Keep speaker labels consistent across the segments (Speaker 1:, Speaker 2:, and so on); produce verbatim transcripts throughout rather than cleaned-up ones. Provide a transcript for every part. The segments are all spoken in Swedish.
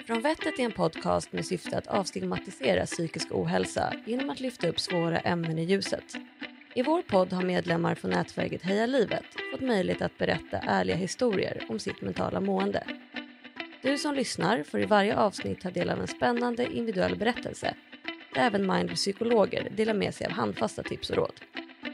Speaker 1: Från Vettet är en podcast med syfte att avstigmatisera psykisk ohälsa genom att lyfta upp svåra ämnen i ljuset. I vår podd har medlemmar från nätverket Heja Livet fått möjlighet att berätta ärliga historier om sitt mentala mående. Du som lyssnar får i varje avsnitt ta del av en spännande individuell berättelse där även mindful-psykologer delar med sig av handfasta tips och råd.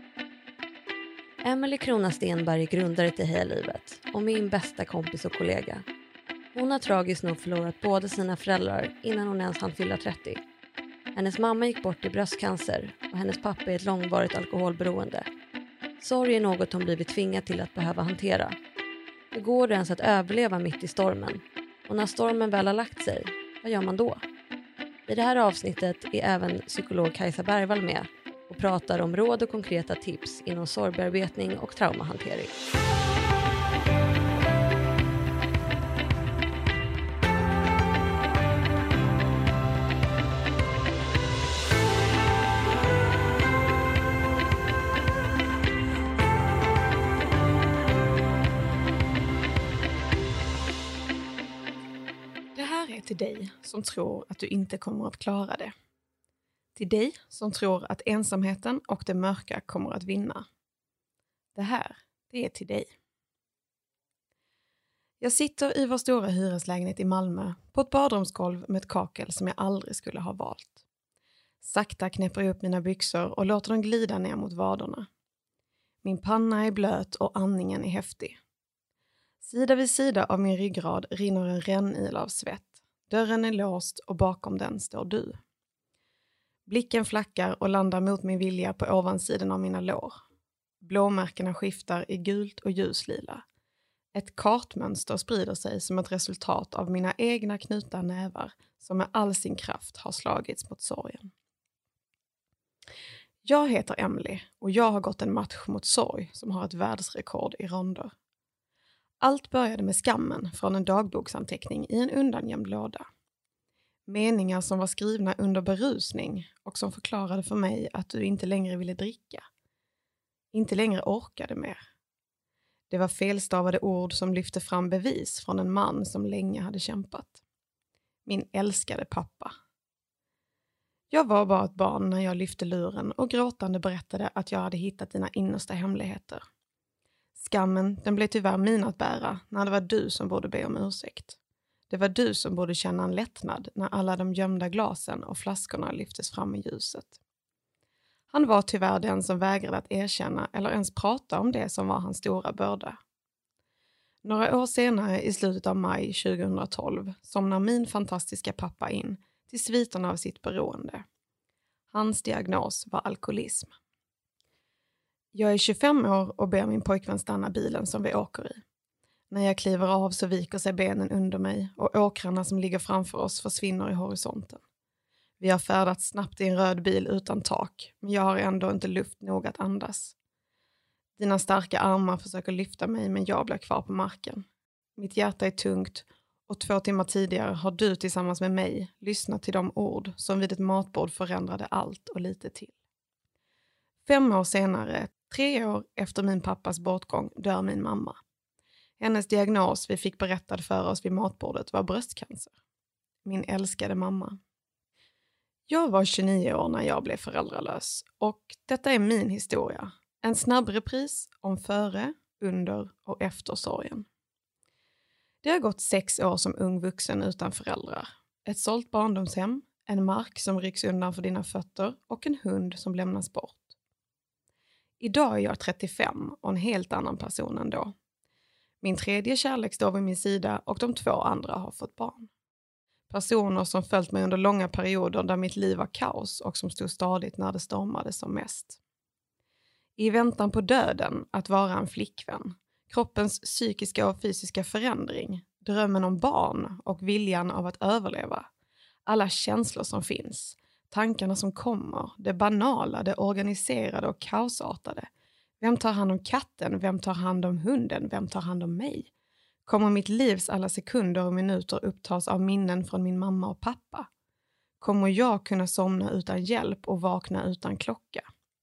Speaker 1: Emelie Krona Stenberg är grundare till Heja Livet och min bästa kompis och kollega. Hon har tragiskt nog förlorat båda sina föräldrar innan hon ens hann fylla trettio. Hennes mamma gick bort i bröstcancer och hennes pappa är ett långvarigt alkoholberoende. Sorg är något hon blivit tvingad till att behöva hantera. Hur går det ens att överleva mitt i stormen? Och när stormen väl har lagt sig, vad gör man då? I det här avsnittet är även psykolog Kajsa Bergvall med och pratar om råd och konkreta tips inom sorgbearbetning och traumahantering.
Speaker 2: Till dig som tror att du inte kommer att klara det. Till dig som tror att ensamheten och det mörka kommer att vinna. Det här, det är till dig. Jag sitter i vår stora hyreslägenhet i Malmö på ett badrumsgolv med ett kakel som jag aldrig skulle ha valt. Sakta knäpper jag upp mina byxor och låter dem glida ner mot vaderna. Min panna är blöt och andningen är häftig. Sida vid sida av min ryggrad rinner en rännil av svett. Dörren är låst och bakom den står du. Blicken flackar och landar mot min vilja på ovansidan av mina lår. Blåmärkena skiftar i gult och ljuslila. Ett kartmönster sprider sig som ett resultat av mina egna knutna nävar som med all sin kraft har slagits mot sorgen. Jag heter Emelie och jag har gått en match mot sorg som har ett världsrekord i ronder. Allt började med skammen från en dagboksanteckning i en undangömd låda. Meningar som var skrivna under berusning och som förklarade för mig att du inte längre ville dricka. Inte längre orkade mer. Det var felstavade ord som lyfte fram bevis från en man som länge hade kämpat. Min älskade pappa. Jag var bara ett barn när jag lyfte luren och gråtande berättade att jag hade hittat dina innersta hemligheter. Skammen, den blev tyvärr min att bära när det var du som borde be om ursäkt. Det var du som borde känna en lättnad när alla de gömda glasen och flaskorna lyftes fram i ljuset. Han var tyvärr den som vägrade att erkänna eller ens prata om det som var hans stora börda. Några år senare i slutet av maj tjugohundratolv somnar min fantastiska pappa in till sviterna av sitt beroende. Hans diagnos var alkoholism. Jag är tjugofem år och ber min pojkvän stanna bilen som vi åker i. När jag kliver av så viker sig benen under mig och åkrarna som ligger framför oss försvinner i horisonten. Vi har färdats snabbt i en röd bil utan tak, men jag har ändå inte luft nog att andas. Dina starka armar försöker lyfta mig, men jag blir kvar på marken. Mitt hjärta är tungt och två timmar tidigare har du tillsammans med mig lyssnat till de ord som vid ett matbord förändrade allt och lite till. Fem år senare, tre år efter min pappas bortgång, dör min mamma. Hennes diagnos vi fick berättad för oss vid matbordet var bröstcancer. Min älskade mamma. Jag var tjugonio år när jag blev föräldralös och detta är min historia. En snabb repris om före, under och efter sorgen. Det har gått sex år som ung vuxen utan föräldrar. Ett sålt barndomshem, en mark som rycks undan för dina fötter och en hund som lämnas bort. Idag är jag trettiofem och en helt annan person än då. Min tredje kärlek står vid min sida och de två andra har fått barn. Personer som följt mig under långa perioder där mitt liv var kaos och som stod stadigt när det stormade som mest. I väntan på döden att vara en flickvän, kroppens psykiska och fysiska förändring, drömmen om barn och viljan av att överleva. Alla känslor som finns, tankarna som kommer, det banala, det organiserade och kaosartade. Vem tar hand om katten? Vem tar hand om hunden? Vem tar hand om mig? Kommer mitt livs alla sekunder och minuter upptas av minnen från min mamma och pappa? Kommer jag kunna somna utan hjälp och vakna utan klocka?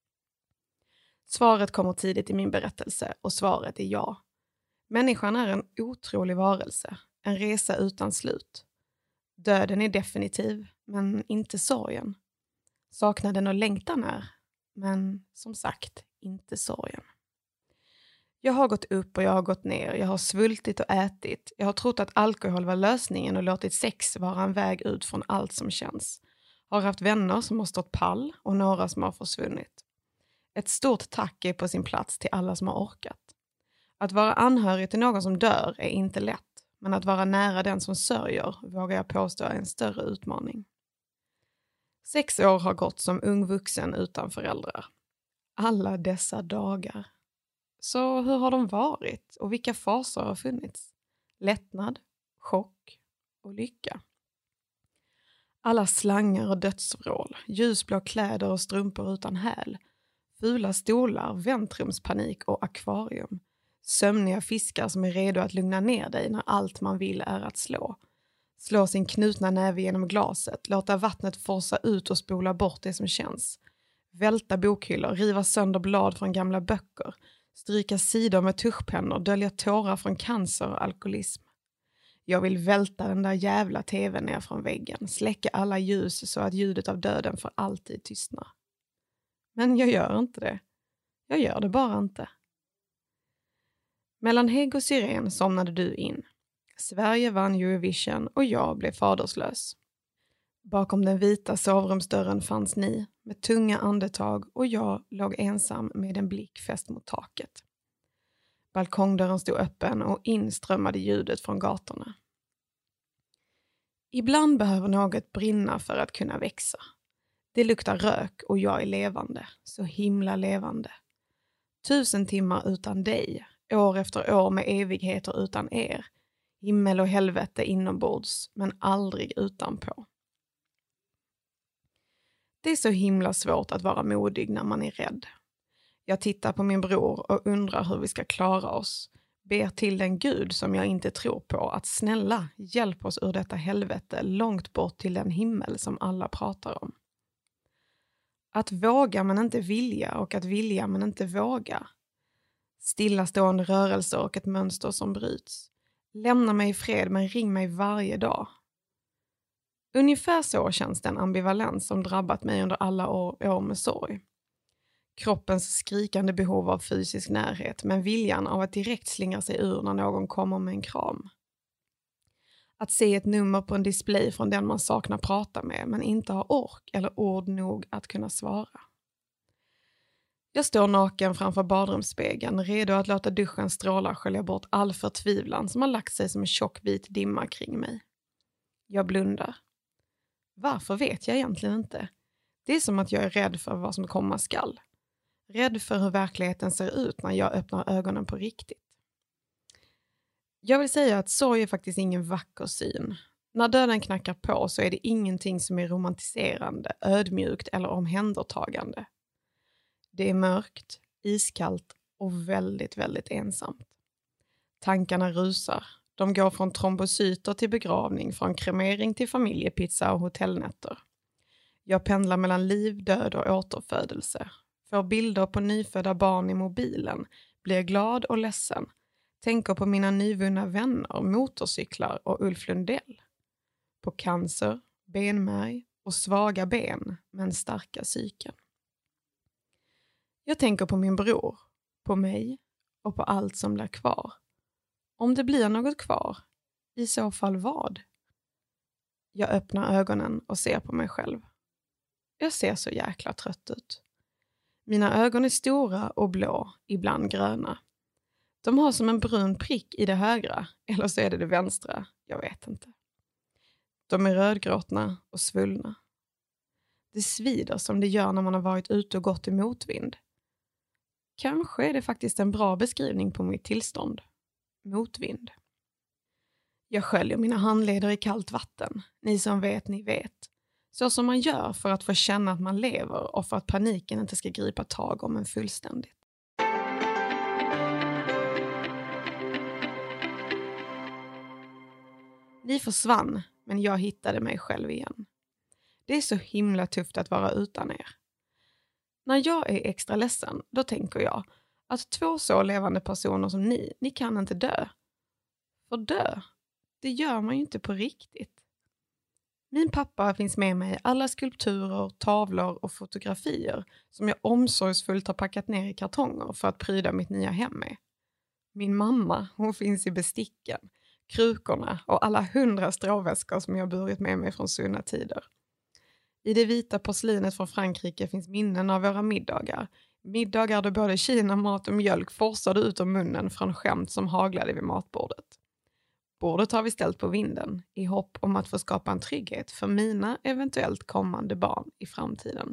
Speaker 2: Svaret kommer tidigt i min berättelse och svaret är ja. Människan är en otrolig varelse, en resa utan slut. Döden är definitiv, men inte sorgen. Saknaden och längtan är, men som sagt, inte sorgen. Jag har gått upp och jag har gått ner, jag har svultit och ätit. Jag har trott att alkohol var lösningen och låtit sex vara en väg ut från allt som känns. Har haft vänner som har stått pall och några som har försvunnit. Ett stort tack är på sin plats till alla som har orkat. Att vara anhörig till någon som dör är inte lätt, men att vara nära den som sörjer vågar jag påstå är en större utmaning. Sex år har gått som ung vuxen utan föräldrar. Alla dessa dagar. Så hur har de varit och vilka faser har funnits? Lättnad, chock och lycka. Alla slangar och dödsvrål, ljusblå kläder och strumpor utan häl, fula stolar, väntrumspanik och akvarium. Sömniga fiskar som är redo att lugna ner dig när allt man vill är att slå. Slå sin knutna näve genom glaset, låta vattnet forsa ut och spola bort det som känns. Välta bokhyllor, riva sönder blad från gamla böcker, stryka sidor med tuschpennor, dölja tårar från cancer och alkoholism. Jag vill välta den där jävla tvn ner från väggen, släcka alla ljus så att ljudet av döden för alltid tystnar. Men jag gör inte det. Jag gör det bara inte. Mellan hägg och syren somnade du in. Sverige vann Eurovision och jag blev faderslös. Bakom den vita sovrumsdörren fanns ni, med tunga andetag, och jag låg ensam med en blick fäst mot taket. Balkongdörren stod öppen och inströmmade ljudet från gatorna. Ibland behöver något brinna för att kunna växa. Det luktar rök och jag är levande, så himla levande. Tusen timmar utan dig, år efter år med evigheter utan er. Himmel och helvete inombords, men aldrig utanpå. Det är så himla svårt att vara modig när man är rädd. Jag tittar på min bror och undrar hur vi ska klara oss. Ber till den Gud som jag inte tror på att snälla hjälp oss ur detta helvete långt bort till den himmel som alla pratar om. Att våga men inte vilja och att vilja men inte våga. Stillastående rörelser och ett mönster som bryts. Lämna mig i fred men ring mig varje dag. Ungefär så känns den ambivalens som drabbat mig under alla år, år med sorg. Kroppens skrikande behov av fysisk närhet men viljan av att direkt slinga sig ur när någon kommer med en kram. Att se ett nummer på en display från den man saknar prata med men inte har ork eller ord nog att kunna svara. Jag står naken framför badrumsspegeln, redo att låta duschens strålar skölja bort all förtvivlan som har lagt sig som en tjock bit dimma kring mig. Jag blundar. Varför vet jag egentligen inte. Det är som att jag är rädd för vad som komma skall. Rädd för hur verkligheten ser ut när jag öppnar ögonen på riktigt. Jag vill säga att sorg är faktiskt ingen vacker syn. När döden knackar på så är det ingenting som är romantiserande, ödmjukt eller omhändertagande. Det är mörkt, iskallt och väldigt, väldigt ensamt. Tankarna rusar. De går från trombocyter till begravning, från kremering till familjepizza och hotellnätter. Jag pendlar mellan liv, död och återfödelse. Får bilder på nyfödda barn i mobilen, blir glad och ledsen. Tänker på mina nyvunna vänner, motorcyklar och Ulf Lundell. På cancer, benmärg och svaga ben men starka psyken. Jag tänker på min bror, på mig och på allt som blir kvar. Om det blir något kvar, i så fall vad? Jag öppnar ögonen och ser på mig själv. Jag ser så jäkla trött ut. Mina ögon är stora och blå, ibland gröna. De har som en brun prick i det högra, eller så är det det vänstra, jag vet inte. De är rödgråtna och svullna. Det svider som det gör när man har varit ute och gått i motvind. Kanske är det faktiskt en bra beskrivning på mitt tillstånd. Motvind. Jag sköljer mina handleder i kallt vatten. Ni som vet, ni vet. Så som man gör för att få känna att man lever och för att paniken inte ska gripa tag om en fullständigt. Ni försvann, men jag hittade mig själv igen. Det är så himla tufft att vara utan er. När jag är extra ledsen, då tänker jag att två så levande personer som ni, ni kan inte dö. För dö, det gör man ju inte på riktigt. Min pappa finns med mig i alla skulpturer, tavlor och fotografier som jag omsorgsfullt har packat ner i kartonger för att pryda mitt nya hem med. Min mamma, hon finns i besticken, krukorna och alla hundra stråväskor som jag burit med mig från svunna tider. I det vita porslinet från Frankrike finns minnen av våra middagar. Middagar då både kinamat och mjölk forsade ut ur munnen från skämt som haglade vid matbordet. Bordet har vi ställt på vinden i hopp om att få skapa en trygghet för mina eventuellt kommande barn i framtiden.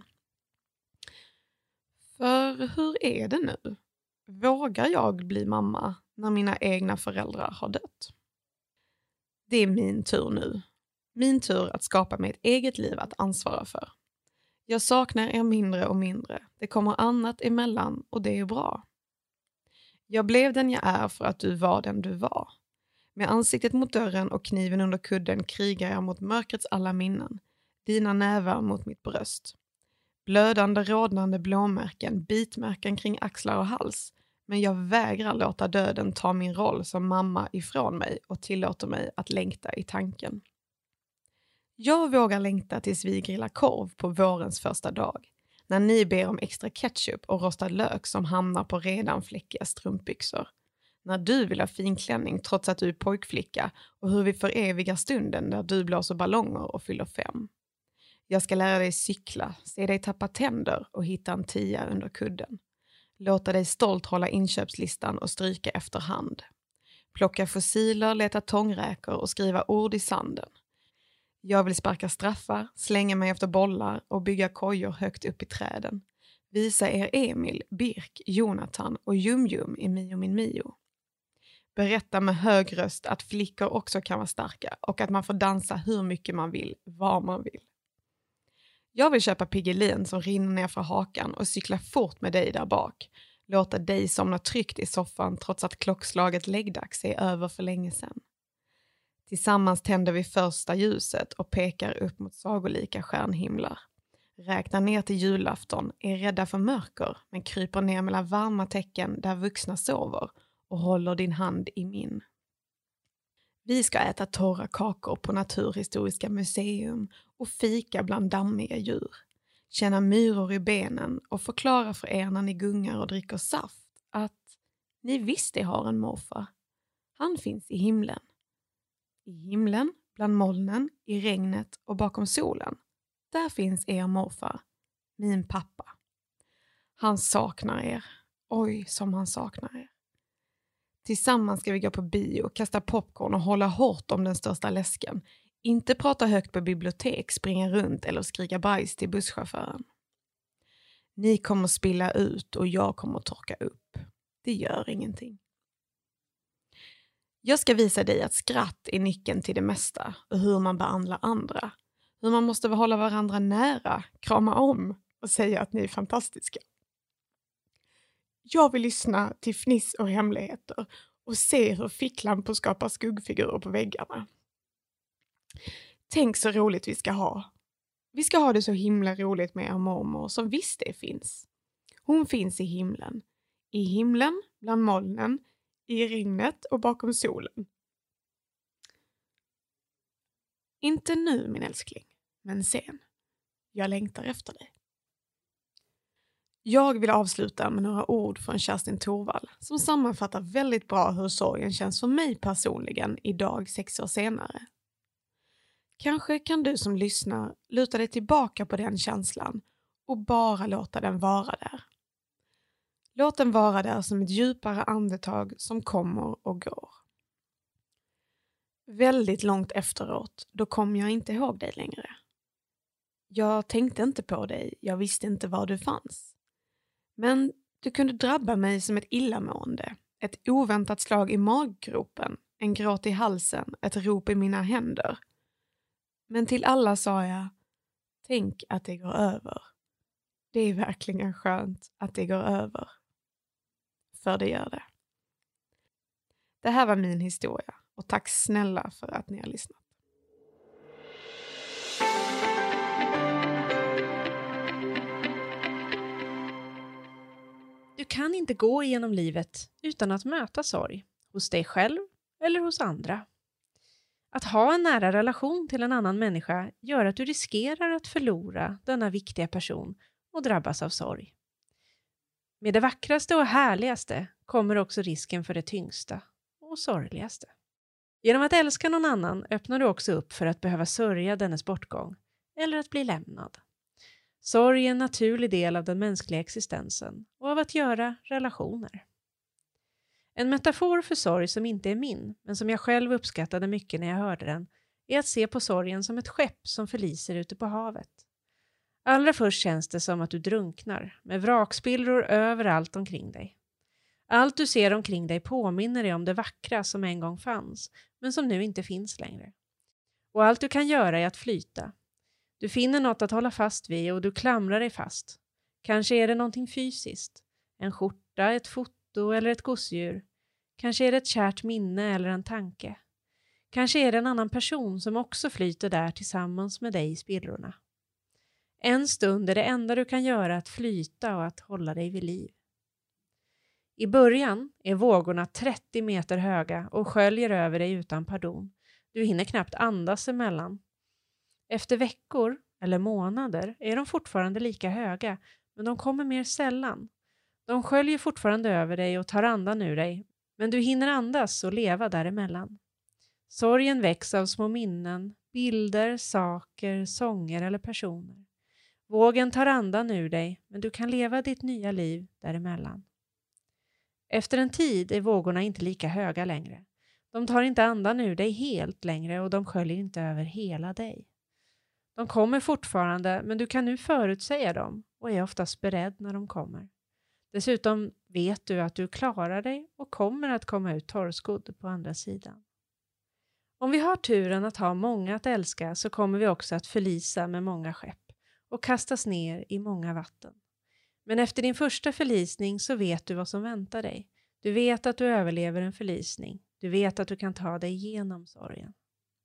Speaker 2: För hur är det nu? Vågar jag bli mamma när mina egna föräldrar har dött? Det är min tur nu. Min tur att skapa mig ett eget liv att ansvara för. Jag saknar er mindre och mindre. Det kommer annat emellan och det är bra. Jag blev den jag är för att du var den du var. Med ansiktet mot dörren och kniven under kudden krigar jag mot mörkrets alla minnen. Dina nävar mot mitt bröst. Blödande, rodnande blåmärken, bitmärken kring axlar och hals. Men jag vägrar låta döden ta min roll som mamma ifrån mig och tillåter mig att längta i tanken. Jag vågar längta tills vi grillar korv på vårens första dag. När ni ber om extra ketchup och rostad lök som hamnar på redan fläckiga strumpbyxor. När du vill ha finklänning trots att du är pojkflicka och hur vi förevigar stunden där du blåser ballonger och fyller fem. Jag ska lära dig cykla, se dig tappa tänder och hitta en tia under kudden. Låta dig stolt hålla inköpslistan och stryka efterhand. Plocka fossiler, leta tångräkor och skriva ord i sanden. Jag vill sparka straffar, slänga mig efter bollar och bygga kojor högt upp i träden. Visa er Emil, Birk, Jonathan och Jum-Jum i Mio min Mio. Berätta med hög röst att flickor också kan vara starka och att man får dansa hur mycket man vill, var man vill. Jag vill köpa Piggelin som rinner ner för hakan och cykla fort med dig där bak. Låta dig somna tryggt i soffan trots att klockslaget läggdags är över för länge sedan. Tillsammans tänder vi första ljuset och pekar upp mot sagolika stjärnhimlar. Räknar ner till julafton, är rädda för mörker men kryper ner mellan varma tecken där vuxna sover och håller din hand i min. Vi ska äta torra kakor på Naturhistoriska museum och fika bland dammiga djur. Känna myror i benen och förklara för er när ni gungar och dricker saft att ni visst det har en morfar. Han finns i himlen. I himlen, bland molnen, i regnet och bakom solen. Där finns er morfar, min pappa. Han saknar er. Oj, som han saknar er. Tillsammans ska vi gå på bio, kasta popcorn och hålla hårt om den största läsken. Inte prata högt på bibliotek, springa runt eller skrika bajs till busschauffören. Ni kommer spilla ut och jag kommer torka upp. Det gör ingenting. Jag ska visa dig att skratt är nyckeln till det mesta och hur man behandlar andra. Hur man måste hålla varandra nära, krama om och säga att ni är fantastiska. Jag vill lyssna till fniss och hemligheter och se hur ficklampor skapar skuggfigurer på väggarna. Tänk så roligt vi ska ha. Vi ska ha det så himla roligt med er mormor som visst det finns. Hon finns i himlen. I himlen, bland molnen, i regnet och bakom solen. Inte nu min älskling, men sen. Jag längtar efter dig. Jag vill avsluta med några ord från Kerstin Thorvall som sammanfattar väldigt bra hur sorgen känns för mig personligen idag sex år senare. Kanske kan du som lyssnar luta dig tillbaka på den känslan och bara låta den vara där. Låt den vara där som ett djupare andetag som kommer och går. Väldigt långt efteråt, då kommer jag inte ihåg dig längre. Jag tänkte inte på dig, jag visste inte var du fanns. Men du kunde drabba mig som ett illamående, ett oväntat slag i maggropen, en gråt i halsen, ett rop i mina händer. Men till alla sa jag, tänk att det går över. Det är verkligen skönt att det går över. För det gör det. Det här var min historia och tack snälla för att ni har lyssnat.
Speaker 3: Du kan inte gå igenom livet utan att möta sorg hos dig själv eller hos andra. Att ha en nära relation till en annan människa gör att du riskerar att förlora denna viktiga person och drabbas av sorg. Med det vackraste och härligaste kommer också risken för det tyngsta och sorgligaste. Genom att älska någon annan öppnar du också upp för att behöva sörja dennes bortgång eller att bli lämnad. Sorg är en naturlig del av den mänskliga existensen och av att göra relationer. En metafor för sorg som inte är min, men som jag själv uppskattade mycket när jag hörde den, är att se på sorgen som ett skepp som förliser ute på havet. Allra först känns det som att du drunknar, med vrakspillror överallt omkring dig. Allt du ser omkring dig påminner dig om det vackra som en gång fanns, men som nu inte finns längre. Och allt du kan göra är att flyta. Du finner något att hålla fast vid och du klamrar dig fast. Kanske är det någonting fysiskt. En skjorta, ett foto eller ett gosedjur. Kanske är det ett kärt minne eller en tanke. Kanske är det en annan person som också flyter där tillsammans med dig i spillrorna. En stund är det enda du kan göra att flyta och att hålla dig vid liv. I början är vågorna trettio meter höga och sköljer över dig utan pardon. Du hinner knappt andas emellan. Efter veckor eller månader är de fortfarande lika höga, men de kommer mer sällan. De sköljer fortfarande över dig och tar andan ur dig, men du hinner andas och leva däremellan. Sorgen väcks av små minnen, bilder, saker, sånger eller personer. Vågen tar andan ur dig, men du kan leva ditt nya liv däremellan. Efter en tid är vågorna inte lika höga längre. De tar inte andan ur dig helt längre och de sköljer inte över hela dig. De kommer fortfarande, men du kan nu förutsäga dem och är oftast beredd när de kommer. Dessutom vet du att du klarar dig och kommer att komma ut torrskodd på andra sidan. Om vi har turen att ha många att älska så kommer vi också att förlisa med många skepp och kastas ner i många vatten. Men efter din första förlisning så vet du vad som väntar dig. Du vet att du överlever en förlisning. Du vet att du kan ta dig igenom sorgen.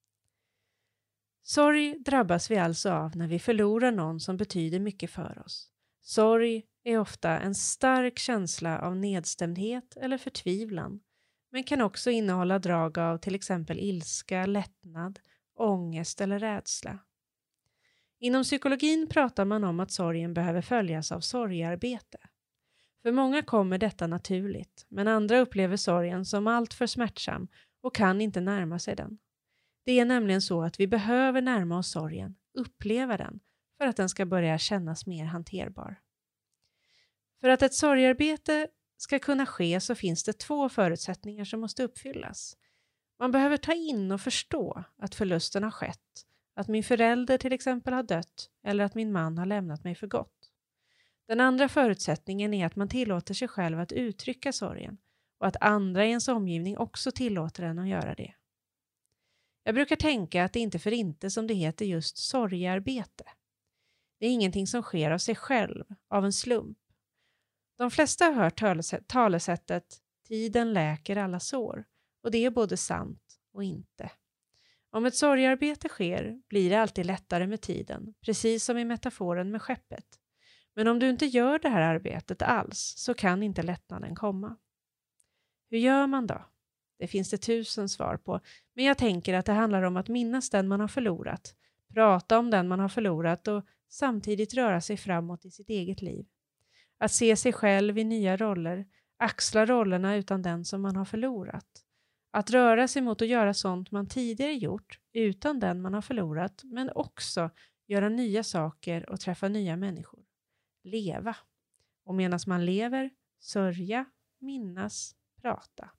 Speaker 3: Sorg drabbas vi alltså av när vi förlorar någon som betyder mycket för oss. Sorg är ofta en stark känsla av nedstämdhet eller förtvivlan, men kan också innehålla drag av till exempel ilska, lättnad, ångest eller rädsla. Inom psykologin pratar man om att sorgen behöver följas av sorgearbete. För många kommer detta naturligt, men andra upplever sorgen som allt för smärtsam och kan inte närma sig den. Det är nämligen så att vi behöver närma oss sorgen, uppleva den, för att den ska börja kännas mer hanterbar. För att ett sorgearbete ska kunna ske så finns det två förutsättningar som måste uppfyllas. Man behöver ta in och förstå att förlusten har skett, att min förälder till exempel har dött eller att min man har lämnat mig för gott. Den andra förutsättningen är att man tillåter sig själv att uttrycka sorgen och att andra i ens omgivning också tillåter en att göra det. Jag brukar tänka att det inte för inte som det heter just sorgearbete. Det är ingenting som sker av sig själv, av en slump. De flesta har hört talesättet tiden läker alla sår och det är både sant och inte. Om ett sorgearbete sker blir det alltid lättare med tiden, precis som i metaforen med skeppet. Men om du inte gör det här arbetet alls så kan inte lättnaden komma. Hur gör man då? Det finns det tusen svar på, men jag tänker att det handlar om att minnas den man har förlorat, prata om den man har förlorat och samtidigt röra sig framåt i sitt eget liv. Att se sig själv i nya roller, axla rollerna utan den som man har förlorat. Att röra sig mot att göra sånt man tidigare gjort utan den man har förlorat, men också göra nya saker och träffa nya människor. Leva. Och medan man lever, sörja, minnas, prata.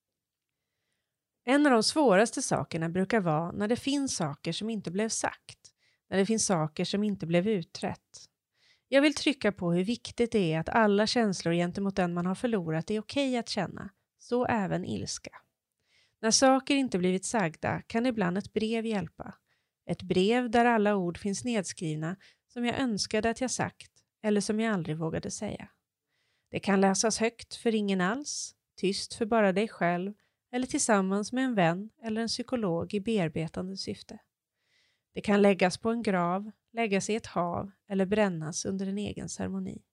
Speaker 3: En av de svåraste sakerna brukar vara när det finns saker som inte blev sagt. När det finns saker som inte blev utrett. Jag vill trycka på hur viktigt det är att alla känslor gentemot den man har förlorat är okej att känna. Så även ilska. När saker inte blivit sagda kan ibland ett brev hjälpa. Ett brev där alla ord finns nedskrivna som jag önskade att jag sagt eller som jag aldrig vågade säga. Det kan läsas högt för ingen alls, tyst för bara dig själv eller tillsammans med en vän eller en psykolog i bearbetande syfte. Det kan läggas på en grav, läggas i ett hav eller brännas under en egen ceremoni.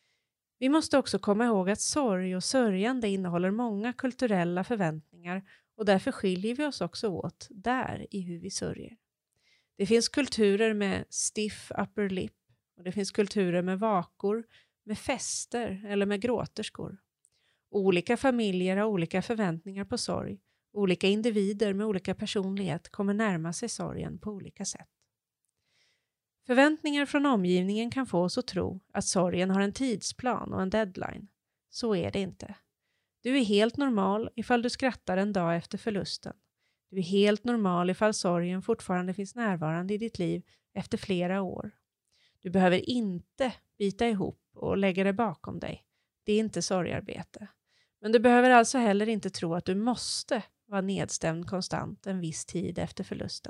Speaker 3: Vi måste också komma ihåg att sorg och sörjande innehåller många kulturella förväntningar och därför skiljer vi oss också åt där i hur vi sörjer. Det finns kulturer med stiff upper lip och det finns kulturer med vakor, med fester eller med gråterskor. Olika familjer har olika förväntningar på sorg. Olika individer med olika personlighet kommer närma sig sorgen på olika sätt. Förväntningar från omgivningen kan få oss att tro att sorgen har en tidsplan och en deadline. Så är det inte. Du är helt normal ifall du skrattar en dag efter förlusten. Du är helt normal ifall sorgen fortfarande finns närvarande i ditt liv efter flera år. Du behöver inte bita ihop och lägga det bakom dig. Det är inte sorgarbete. Men du behöver alltså heller inte tro att du måste vara nedstämd konstant en viss tid efter förlusten.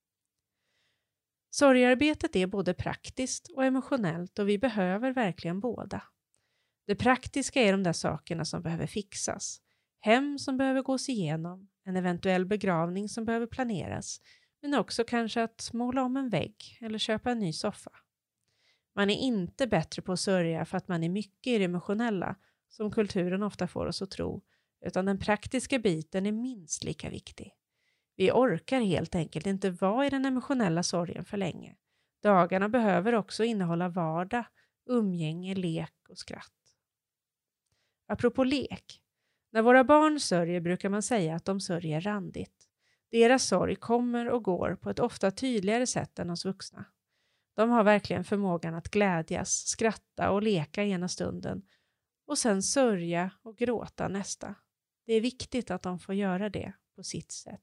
Speaker 3: Sorgarbetet är både praktiskt och emotionellt och vi behöver verkligen båda. Det praktiska är de där sakerna som behöver fixas. Hem som behöver gås igenom, en eventuell begravning som behöver planeras, men också kanske att måla om en vägg eller köpa en ny soffa. Man är inte bättre på att sörja för att man är mycket i det emotionella, som kulturen ofta får oss att tro, utan den praktiska biten är minst lika viktig. Vi orkar helt enkelt inte vara i den emotionella sorgen för länge. Dagarna behöver också innehålla vardag, umgänge, lek och skratt. Apropå lek. När våra barn sörjer brukar man säga att de sörjer randigt. Deras sorg kommer och går på ett ofta tydligare sätt än oss vuxna. De har verkligen förmågan att glädjas, skratta och leka ena stunden och sen sörja och gråta nästa. Det är viktigt att de får göra det på sitt sätt.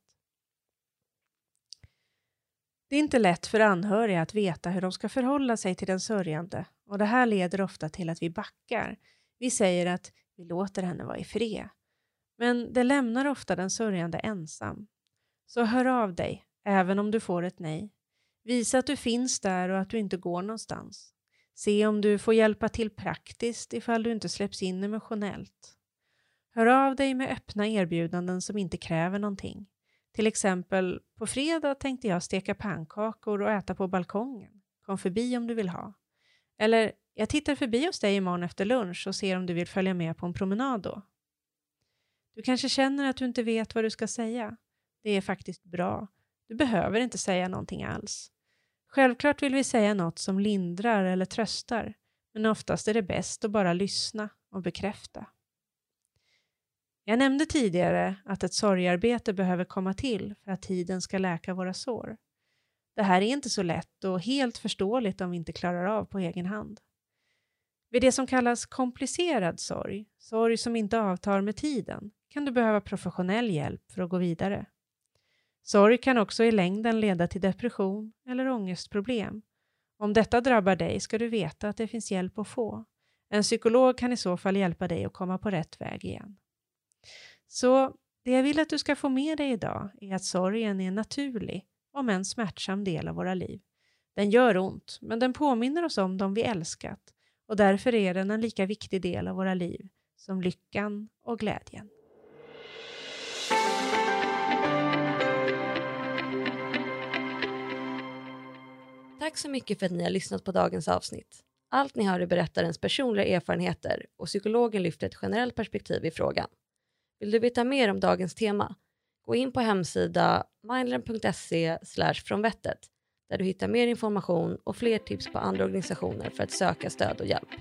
Speaker 3: Det är inte lätt för anhöriga att veta hur de ska förhålla sig till den sörjande och det här leder ofta till att vi backar. Vi säger att vi låter henne vara i fred. Men det lämnar ofta den sörjande ensam. Så hör av dig, även om du får ett nej. Visa att du finns där och att du inte går någonstans. Se om du får hjälpa till praktiskt ifall du inte släpps in emotionellt. Hör av dig med öppna erbjudanden som inte kräver någonting. Till exempel, på fredag tänkte jag steka pannkakor och äta på balkongen. Kom förbi om du vill ha. Eller, jag tittar förbi hos dig imorgon efter lunch och ser om du vill följa med på en promenad då. Du kanske känner att du inte vet vad du ska säga. Det är faktiskt bra. Du behöver inte säga någonting alls. Självklart vill vi säga något som lindrar eller tröstar, men oftast är det bäst att bara lyssna och bekräfta. Jag nämnde tidigare att ett sorgarbete behöver komma till för att tiden ska läka våra sår. Det här är inte så lätt och helt förståeligt om vi inte klarar av på egen hand. Vid det som kallas komplicerad sorg, sorg som inte avtar med tiden, kan du behöva professionell hjälp för att gå vidare. Sorg kan också i längden leda till depression eller ångestproblem. Om detta drabbar dig ska du veta att det finns hjälp att få. En psykolog kan i så fall hjälpa dig att komma på rätt väg igen. Så det jag vill att du ska få med dig idag är att sorgen är en naturlig, om en smärtsam del av våra liv. Den gör ont, men den påminner oss om dem vi älskat och därför är den en lika viktig del av våra liv som lyckan och glädjen.
Speaker 1: Tack så mycket för att ni har lyssnat på dagens avsnitt. Allt ni hör är berättarens personliga erfarenheter och psykologen lyfter ett generellt perspektiv i frågan. Vill du veta mer om dagens tema? Gå in på hemsida mindlen punkt se slash från vettet där du hittar mer information och fler tips på andra organisationer för att söka stöd och hjälp.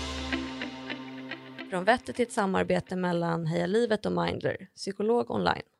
Speaker 1: Från vettet är ett samarbete mellan Heja Livet och Mindler, psykolog online.